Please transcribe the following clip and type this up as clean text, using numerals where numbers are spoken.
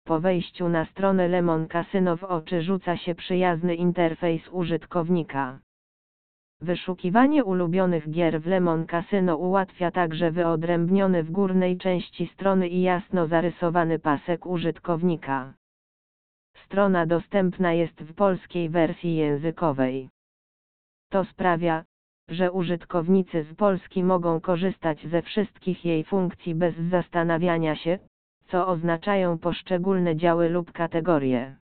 Po wejściu na stronę Lemon Casino w oczy rzuca się przyjazny interfejs użytkownika. Wyszukiwanie ulubionych gier w Lemon Casino ułatwia także wyodrębniony w górnej części strony i jasno zarysowany pasek użytkownika. Strona dostępna jest w polskiej wersji językowej. To sprawia, że użytkownicy z Polski mogą korzystać ze wszystkich jej funkcji bez zastanawiania się, co oznaczają poszczególne działy lub kategorie.